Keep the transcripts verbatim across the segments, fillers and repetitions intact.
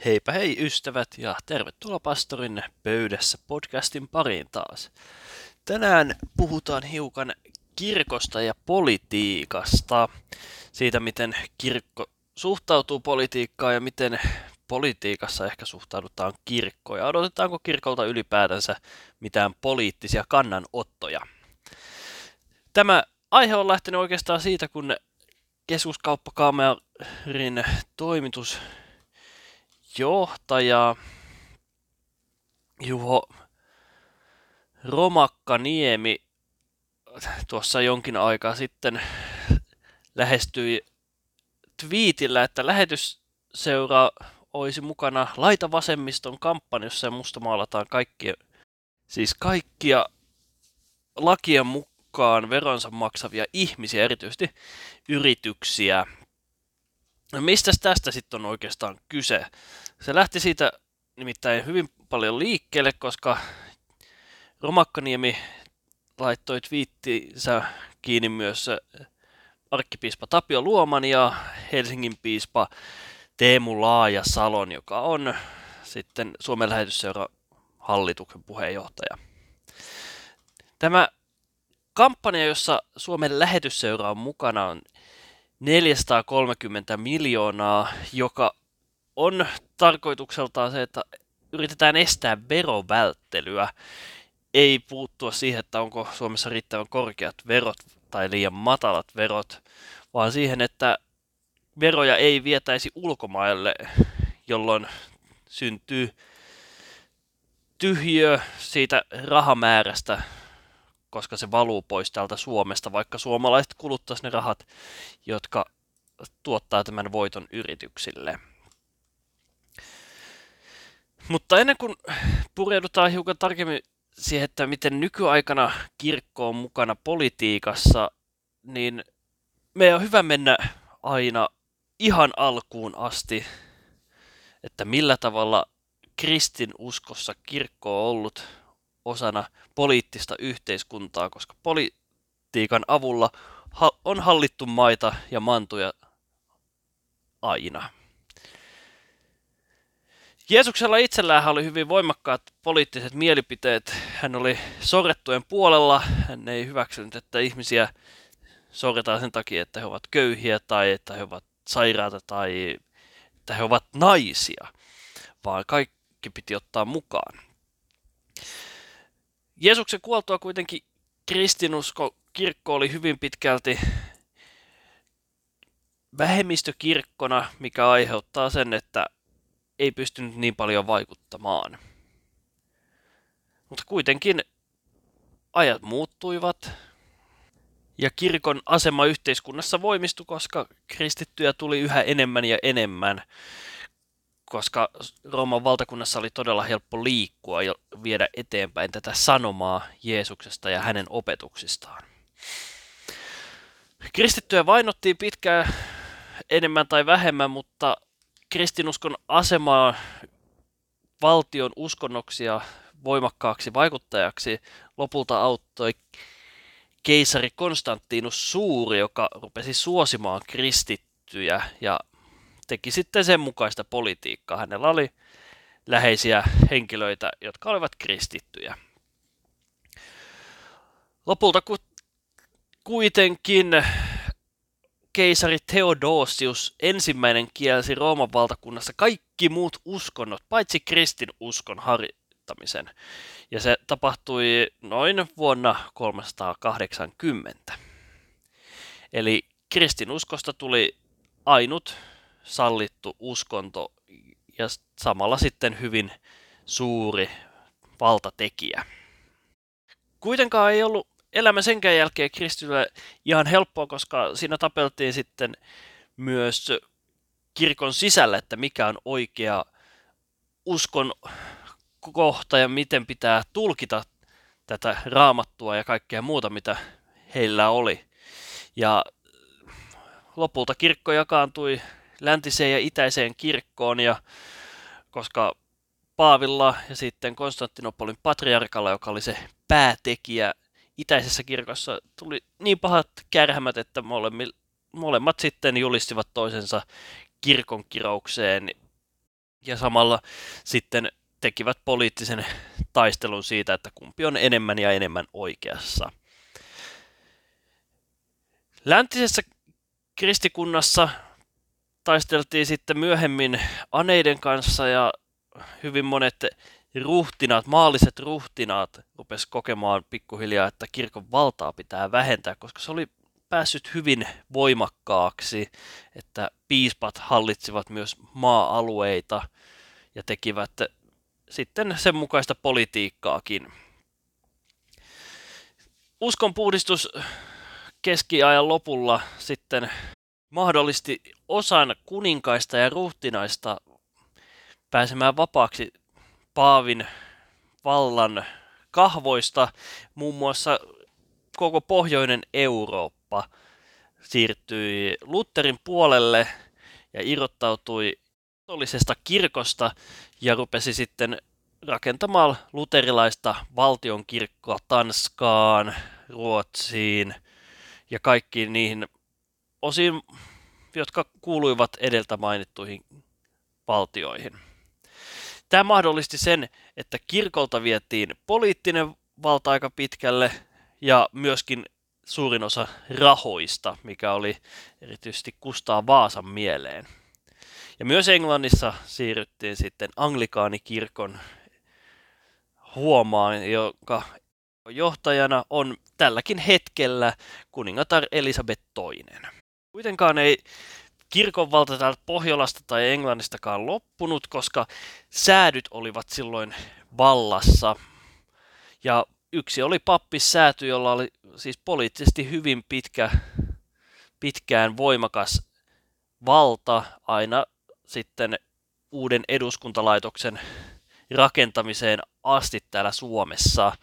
Heipä hei ystävät ja tervetuloa Pastorin pöydässä podcastin pariin taas. Tänään puhutaan hiukan kirkosta ja politiikasta, siitä miten kirkko suhtautuu politiikkaan ja miten politiikassa ehkä suhtaudutaan kirkkoon ja odotetaanko kirkolta ylipäätänsä mitään poliittisia kannanottoja. Tämä aihe on lähtenyt oikeastaan siitä, kun Keskuskauppakamarin toimitusjohtaja Juho Romakkaniemi tuossa jonkin aikaa sitten lähestyi twiitillä, että lähetysseura olisi mukana Laita vasemmiston kampanjassa ja mustamaalataan kaikkia, siis kaikkia lakien mukaan veronsa maksavia ihmisiä, erityisesti yrityksiä. No mistäs tästä sitten on oikeastaan kyse? Se lähti siitä nimittäin hyvin paljon liikkeelle, koska Romakkaniemi laittoi twiittinsä kiinni myös arkkipiispa Tapio Luoman ja Helsingin piispa Teemu Laajasalon, joka on sitten Suomen lähetysseuran hallituksen puheenjohtaja. Tämä kampanja, jossa Suomen lähetysseura on mukana, on neljäsataakolmekymmentä miljoonaa, joka on tarkoitukseltaan se, että yritetään estää verovälttelyä. Ei puuttua siihen, että onko Suomessa riittävän korkeat verot tai liian matalat verot, vaan siihen, että veroja ei vietäisi ulkomaille, jolloin syntyy tyhjiö siitä rahamäärästä, koska se valuu pois täältä Suomesta, vaikka suomalaiset kuluttaisivat ne rahat, jotka tuottaa tämän voiton yrityksille. Mutta ennen kuin pureudutaan hiukan tarkemmin siihen, että miten nykyaikana kirkko on mukana politiikassa, niin meidän on hyvä mennä aina ihan alkuun asti, että millä tavalla kristinuskossa kirkko on ollut osana poliittista yhteiskuntaa, koska politiikan avulla on hallittu maita ja mantuja aina. Jeesuksella itsellään oli hyvin voimakkaat poliittiset mielipiteet. Hän oli sorrettujen puolella. Hän ei hyväksynyt, että ihmisiä sorretaan sen takia, että he ovat köyhiä tai että he ovat sairaata tai että he ovat naisia, vaan kaikki piti ottaa mukaan. Jeesuksen kuoltua kuitenkin kristinusko kirkko oli hyvin pitkälti vähemmistökirkkona, mikä aiheuttaa sen, että ei pystynyt niin paljon vaikuttamaan. Mutta kuitenkin ajat muuttuivat ja kirkon asema yhteiskunnassa voimistui, koska kristittyjä tuli yhä enemmän ja enemmän, koska Rooman valtakunnassa oli todella helppo liikkua ja viedä eteenpäin tätä sanomaa Jeesuksesta ja hänen opetuksistaan. Kristittyjä vainottiin pitkään enemmän tai vähemmän, mutta kristinuskon asemaa valtion uskonnoksia voimakkaaksi vaikuttajaksi lopulta auttoi keisari Konstantinus Suuri, joka rupesi suosimaan kristittyjä ja teki sitten sen mukaista politiikkaa. Hänellä oli läheisiä henkilöitä, jotka olivat kristittyjä. Lopulta kuitenkin keisari Theodosius ensimmäinen kielsi Rooman valtakunnassa kaikki muut uskonnot, paitsi kristinuskon harjoittamisen. Ja se tapahtui noin vuonna kolmesataakahdeksankymmentä. Eli kristinuskosta tuli ainut sallittu uskonto ja samalla sitten hyvin suuri valtatekijä. Kuitenkaan ei ollut elämä senkään jälkeen kristitylle ihan helppoa, koska siinä tapeltiin sitten myös kirkon sisällä, että mikä on oikea uskon kohta ja miten pitää tulkita tätä raamattua ja kaikkea muuta, mitä heillä oli. Ja lopulta kirkko jakaantui läntiseen ja itäiseen kirkkoon, ja koska Paavilla ja sitten Konstantinopolin patriarkalla, joka oli se päätekijä itäisessä kirkossa, tuli niin pahat kärhämät, että molemmat sitten julistivat toisensa kirkonkiroukseen ja samalla sitten tekivät poliittisen taistelun siitä, että kumpi on enemmän ja enemmän oikeassa. Läntisessä kristikunnassa taisteltiin sitten myöhemmin aneiden kanssa ja hyvin monet ruhtinaat, maalliset ruhtinaat rupes kokemaan pikkuhiljaa, että kirkon valtaa pitää vähentää, koska se oli päässyt hyvin voimakkaaksi, että piispat hallitsivat myös maa-alueita ja tekivät sitten sen mukaista politiikkaakin. Uskonpuhdistus keskiajan lopulla sitten mahdollisti osan kuninkaista ja ruhtinaista pääsemään vapaaksi paavin vallan kahvoista. Muun muassa koko pohjoinen Eurooppa siirtyi Lutherin puolelle ja irrottautui katolisesta kirkosta ja rupesi sitten rakentamaan luterilaista valtionkirkkoa Tanskaan, Ruotsiin ja kaikkiin niihin osiin, jotka kuuluivat edeltä mainittuihin valtioihin. Tämä mahdollisti sen, että kirkolta vietiin poliittinen valta aika pitkälle ja myöskin suurin osa rahoista, mikä oli erityisesti Kustaa Vaasan mieleen. Ja myös Englannissa siirryttiin sitten anglikaanikirkon huomaan, joka johtajana on tälläkin hetkellä kuningatar Elisabeth toinen. Kuitenkaan ei kirkonvalta täältä Pohjolasta tai Englannistakaan loppunut, koska säädyt olivat silloin vallassa. Ja yksi oli pappissääty, jolla oli siis poliittisesti hyvin pitkä, pitkään voimakas valta aina sitten uuden eduskuntalaitoksen rakentamiseen asti täällä Suomessa,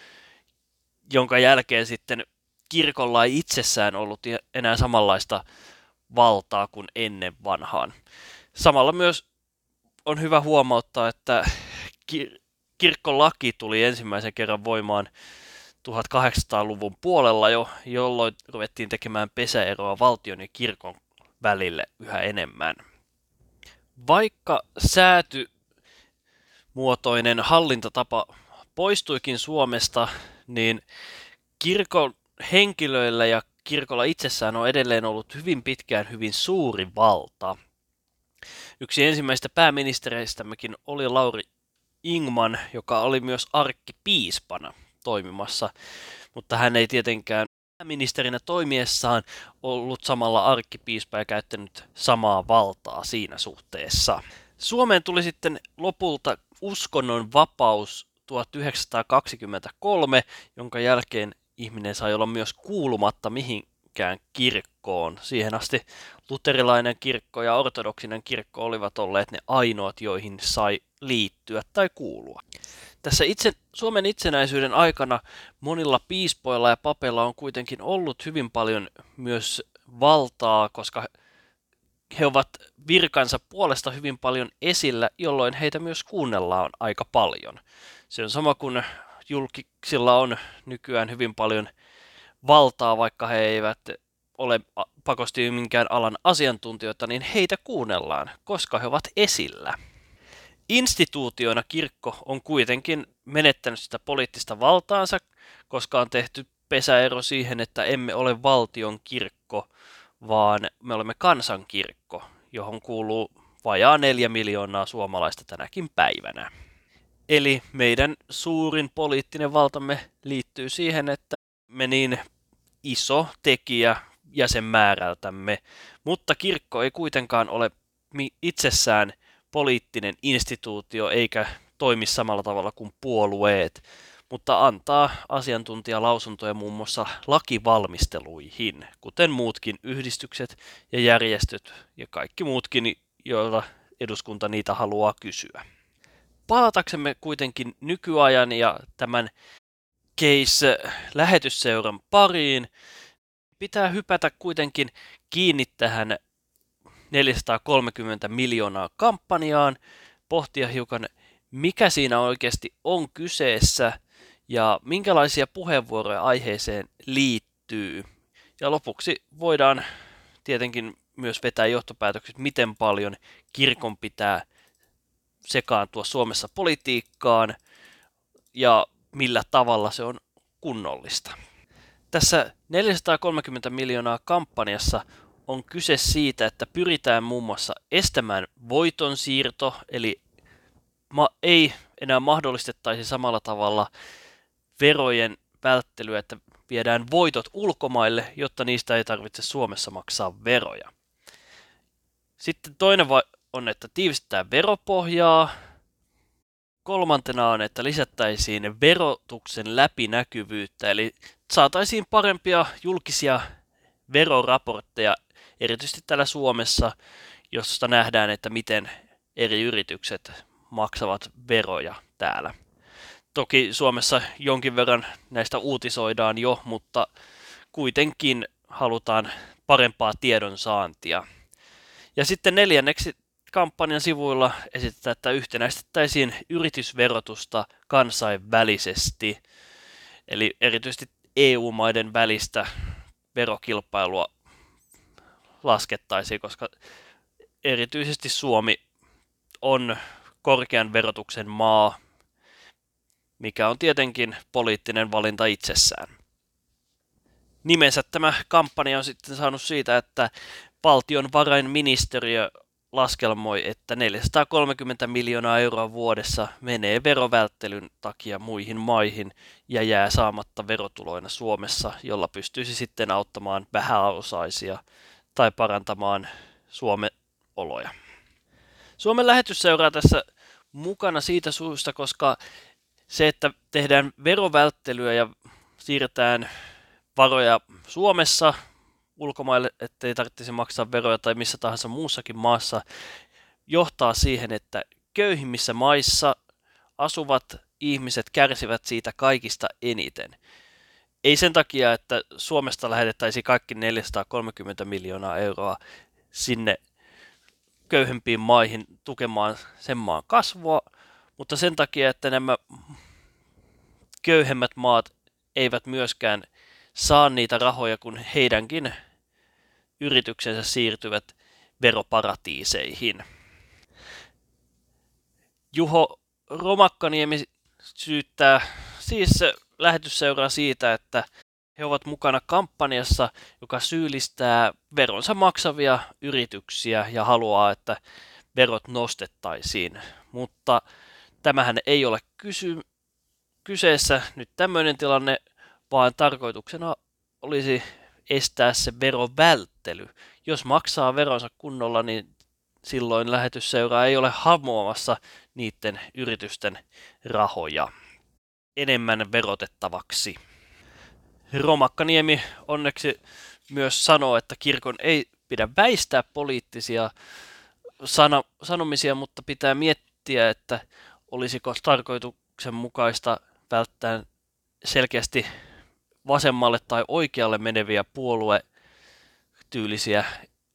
jonka jälkeen sitten kirkolla ei itsessään ollut enää samanlaista valtaa kuin ennen vanhaan. Samalla myös on hyvä huomauttaa, että kirkkolaki tuli ensimmäisen kerran voimaan tuhatkahdeksansataaluvun puolella jo, jolloin ruvettiin tekemään pesäeroa valtion ja kirkon välille yhä enemmän. Vaikka säätymuotoinen hallintatapa poistuikin Suomesta, niin kirkon henkilöillä ja kirkolla itsessään on edelleen ollut hyvin pitkään hyvin suuri valta. Yksi ensimmäistä pääministereistämmekin oli Lauri Ingman, joka oli myös arkkipiispana toimimassa, mutta hän ei tietenkään pääministerinä toimiessaan ollut samalla arkkipiispa ja käyttänyt samaa valtaa siinä suhteessa. Suomeen tuli sitten lopulta uskonnon vapaus tuhatyhdeksänsataakaksikymmentäkolme, jonka jälkeen ihminen sai olla myös kuulumatta mihinkään kirkkoon. Siihen asti luterilainen kirkko ja ortodoksinen kirkko olivat olleet ne ainoat, joihin sai liittyä tai kuulua. Tässä itse, Suomen itsenäisyyden aikana monilla piispoilla ja papeilla on kuitenkin ollut hyvin paljon myös valtaa, koska he ovat virkansa puolesta hyvin paljon esillä, jolloin heitä myös kuunnellaan aika paljon. Se on sama kuin julkiksilla on nykyään hyvin paljon valtaa, vaikka he eivät ole pakosti minkään alan asiantuntijoita, niin heitä kuunnellaan, koska he ovat esillä. Instituutiona kirkko on kuitenkin menettänyt sitä poliittista valtaansa, koska on tehty pesäero siihen, että emme ole valtion kirkko, vaan me olemme kansankirkko, johon kuuluu vajaa neljä miljoonaa suomalaista tänäkin päivänä. Eli meidän suurin poliittinen valtamme liittyy siihen, että me niin iso tekijä jäsenmäärältämme, mutta kirkko ei kuitenkaan ole itsessään poliittinen instituutio eikä toimi samalla tavalla kuin puolueet, mutta antaa asiantuntijalausuntoja muun muassa lakivalmisteluihin, kuten muutkin yhdistykset ja järjestöt ja kaikki muutkin, joilla eduskunta niitä haluaa kysyä. Palataksemme kuitenkin nykyajan ja tämän Case-lähetysseuran pariin, pitää hypätä kuitenkin kiinni tähän neljäsataakolmekymmentä miljoonaa kampanjaan, pohtia hiukan mikä siinä oikeasti on kyseessä ja minkälaisia puheenvuoroja aiheeseen liittyy. Ja lopuksi voidaan tietenkin myös vetää johtopäätökset, miten paljon kirkon pitää sekaantua Suomessa politiikkaan ja millä tavalla se on kunnollista. Tässä neljäsataakolmekymmentä miljoonaa kampanjassa on kyse siitä, että pyritään muun muassa estämään voitonsiirto, eli ma- ei enää mahdollistettaisi samalla tavalla verojen välttelyä, että viedään voitot ulkomaille, jotta niistä ei tarvitse Suomessa maksaa veroja. Sitten toinen on, että tiivistetään veropohjaa. Kolmantena on, että lisättäisiin verotuksen läpinäkyvyyttä, eli saataisiin parempia julkisia veroraportteja, erityisesti täällä Suomessa, josta nähdään, että miten eri yritykset maksavat veroja täällä. Toki Suomessa jonkin verran näistä uutisoidaan jo, mutta kuitenkin halutaan parempaa tiedonsaantia. Ja sitten neljänneksi kampanjan sivuilla esitetään, että yhtenäistettäisiin yritysverotusta kansainvälisesti, eli erityisesti E U-maiden välistä verokilpailua laskettaisiin, koska erityisesti Suomi on korkean verotuksen maa, mikä on tietenkin poliittinen valinta itsessään. Nimensä tämä kampanja on sitten saanut siitä, että valtionvarainministeriö laskelmoi, että neljäsataakolmekymmentä miljoonaa euroa vuodessa menee verovälttelyn takia muihin maihin ja jää saamatta verotuloina Suomessa, jolla pystyisi sitten auttamaan vähäosaisia tai parantamaan Suomen oloja. Suomen lähetys seuraa tässä mukana siitä syystä, koska se, että tehdään verovälttelyä ja siirretään varoja Suomessa ulkomaille, ettei tarvitsisi maksaa veroja tai missä tahansa muussakin maassa, johtaa siihen, että köyhimmissä maissa asuvat ihmiset kärsivät siitä kaikista eniten. Ei sen takia, että Suomesta lähetettäisiin kaikki neljäsataakolmekymmentä miljoonaa euroa sinne köyhempiin maihin tukemaan sen maan kasvua, mutta sen takia, että nämä köyhemmät maat eivät myöskään saa niitä rahoja, kun heidänkin yrityksensä siirtyvät veroparatiiseihin. Juho Romakkaniemi syyttää siis lähetysseuraa siitä, että he ovat mukana kampanjassa, joka syyllistää veronsa maksavia yrityksiä ja haluaa, että verot nostettaisiin. Mutta tämähän ei ole kysy- kyseessä nyt tämmöinen tilanne, vaan tarkoituksena olisi estää se verovälttely. Jos maksaa veronsa kunnolla, niin silloin lähetysseura ei ole hamuamassa niiden yritysten rahoja enemmän verotettavaksi. Romakkaniemi onneksi myös sanoo, että kirkon ei pidä väistää poliittisia sana- sanomisia, mutta pitää miettiä, että olisiko tarkoituksenmukaista välttää selkeästi vasemmalle tai oikealle meneviä puoluetyylisiä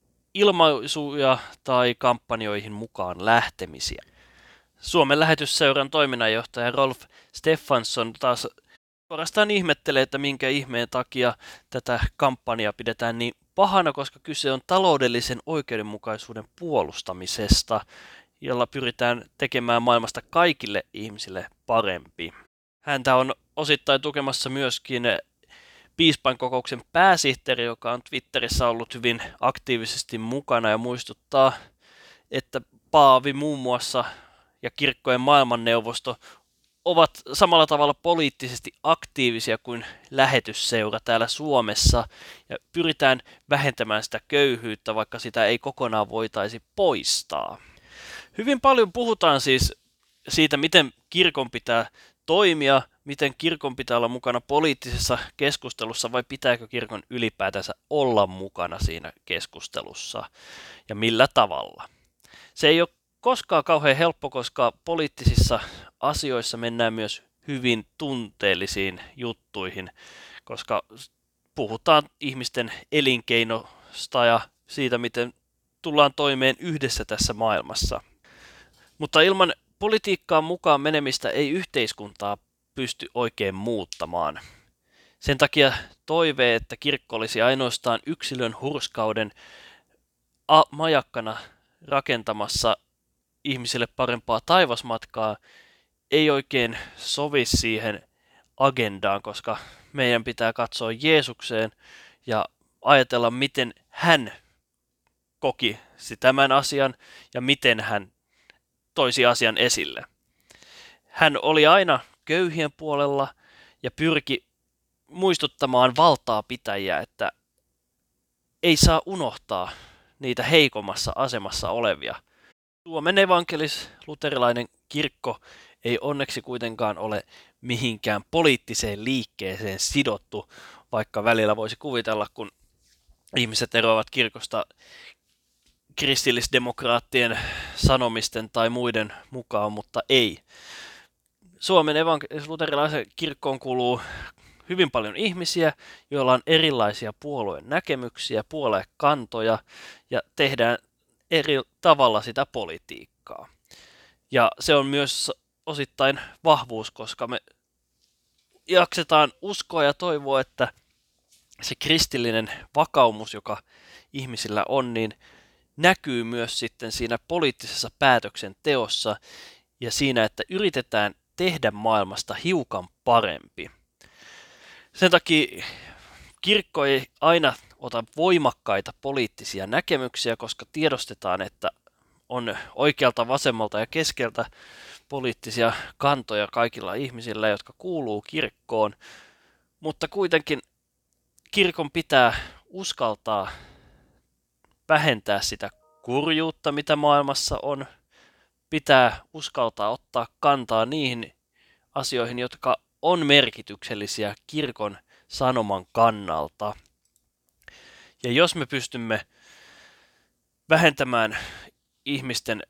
ilmaisuja tai kampanjoihin mukaan lähtemisiä. Suomen lähetysseuran toiminnanjohtaja Rolf Stefansson taas suorastaan ihmettelee, että minkä ihmeen takia tätä kampanjaa pidetään niin pahana, koska kyse on taloudellisen oikeudenmukaisuuden puolustamisesta, jolla pyritään tekemään maailmasta kaikille ihmisille parempi. Häntä on osittain tukemassa myöskin piispan kokouksen pääsihteeri, joka on Twitterissä ollut hyvin aktiivisesti mukana ja muistuttaa, että paavi muun muassa ja kirkkojen maailmanneuvosto ovat samalla tavalla poliittisesti aktiivisia kuin lähetysseura täällä Suomessa ja pyritään vähentämään sitä köyhyyttä, vaikka sitä ei kokonaan voitaisi poistaa. Hyvin paljon puhutaan siis siitä, miten kirkon pitää toimia, miten kirkon pitää olla mukana poliittisessa keskustelussa vai pitääkö kirkon ylipäätänsä olla mukana siinä keskustelussa ja millä tavalla. Se ei ole koskaan kauhean helppo, koska poliittisissa asioissa mennään myös hyvin tunteellisiin juttuihin, koska puhutaan ihmisten elinkeinosta ja siitä, miten tullaan toimeen yhdessä tässä maailmassa. Mutta ilman politiikkaan mukaan menemistä ei yhteiskuntaa pysty oikein muuttamaan. Sen takia toive, että kirkko olisi ainoastaan yksilön hurskauden majakkana rakentamassa ihmisille parempaa taivasmatkaa, ei oikein sovi siihen agendaan, koska meidän pitää katsoa Jeesukseen ja ajatella, miten hän koki tämän asian ja miten hän toisi asian esille. Hän oli aina köyhien puolella ja pyrki muistuttamaan valtaa pitäjiä, että ei saa unohtaa niitä heikommassa asemassa olevia. Suomen evankelis-luterilainen kirkko ei onneksi kuitenkaan ole mihinkään poliittiseen liikkeeseen sidottu, vaikka välillä voisi kuvitella, kun ihmiset eroavat kirkosta kristillisdemokraattien sanomisten tai muiden mukaan, mutta ei. Suomen evankelis-luterilaisen kirkkoon kuuluu hyvin paljon ihmisiä, joilla on erilaisia puolueen näkemyksiä, puoluekantoja ja tehdään eri tavalla sitä politiikkaa. Ja se on myös osittain vahvuus, koska me jaksetaan uskoa ja toivoa, että se kristillinen vakaumus, joka ihmisillä on, niin näkyy myös sitten siinä poliittisessa päätöksenteossa ja siinä, että yritetään tehdä maailmasta hiukan parempi. Sen takia kirkko ei aina ota voimakkaita poliittisia näkemyksiä, koska tiedostetaan, että on oikealta, vasemmalta ja keskeltä poliittisia kantoja kaikilla ihmisillä, jotka kuuluu kirkkoon, mutta kuitenkin kirkon pitää uskaltaa vähentää sitä kurjuutta, mitä maailmassa on, pitää uskaltaa ottaa kantaa niihin asioihin, jotka on merkityksellisiä kirkon sanoman kannalta. Ja jos me pystymme vähentämään ihmisten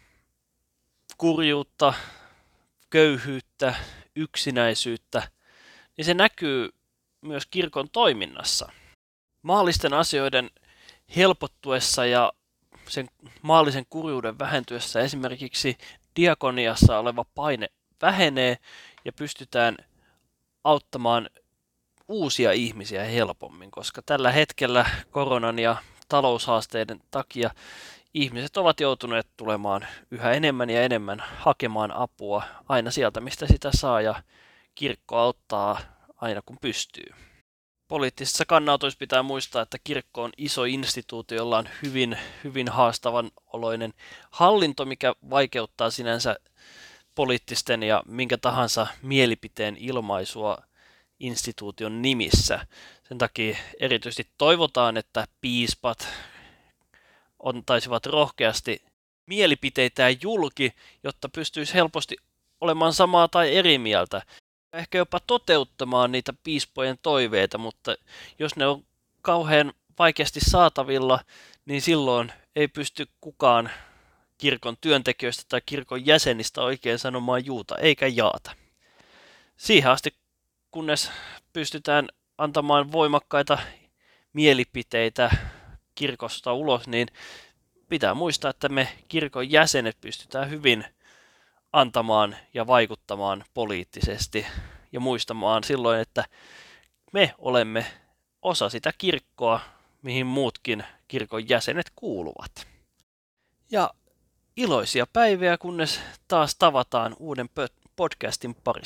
kurjuutta, köyhyyttä, yksinäisyyttä, niin se näkyy myös kirkon toiminnassa. Maallisten asioiden helpottuessa ja sen maallisen kurjuuden vähentyessä esimerkiksi diakoniassa oleva paine vähenee ja pystytään auttamaan uusia ihmisiä helpommin, koska tällä hetkellä koronan ja taloushaasteiden takia ihmiset ovat joutuneet tulemaan yhä enemmän ja enemmän hakemaan apua aina sieltä, mistä sitä saa, ja kirkko auttaa aina kun pystyy. Poliittisessa kannanotoissa pitää muistaa, että kirkko on iso instituutio, jolla on hyvin, hyvin haastavan oloinen hallinto, mikä vaikeuttaa sinänsä poliittisten ja minkä tahansa mielipiteen ilmaisua instituution nimissä. Sen takia erityisesti toivotaan, että piispat antaisivat rohkeasti mielipiteitään julki, jotta pystyisi helposti olemaan samaa tai eri mieltä. Ehkä jopa toteuttamaan niitä piispojen toiveita, mutta jos ne on kauhean vaikeasti saatavilla, niin silloin ei pysty kukaan kirkon työntekijöistä tai kirkon jäsenistä oikein sanomaan juuta eikä jaata. Siihen asti, kunnes pystytään antamaan voimakkaita mielipiteitä kirkosta ulos, niin pitää muistaa, että me kirkon jäsenet pystytään hyvin antamaan ja vaikuttamaan poliittisesti ja muistamaan silloin, että me olemme osa sitä kirkkoa, mihin muutkin kirkon jäsenet kuuluvat. Ja iloisia päiviä, kunnes taas tavataan uuden podcastin parissa.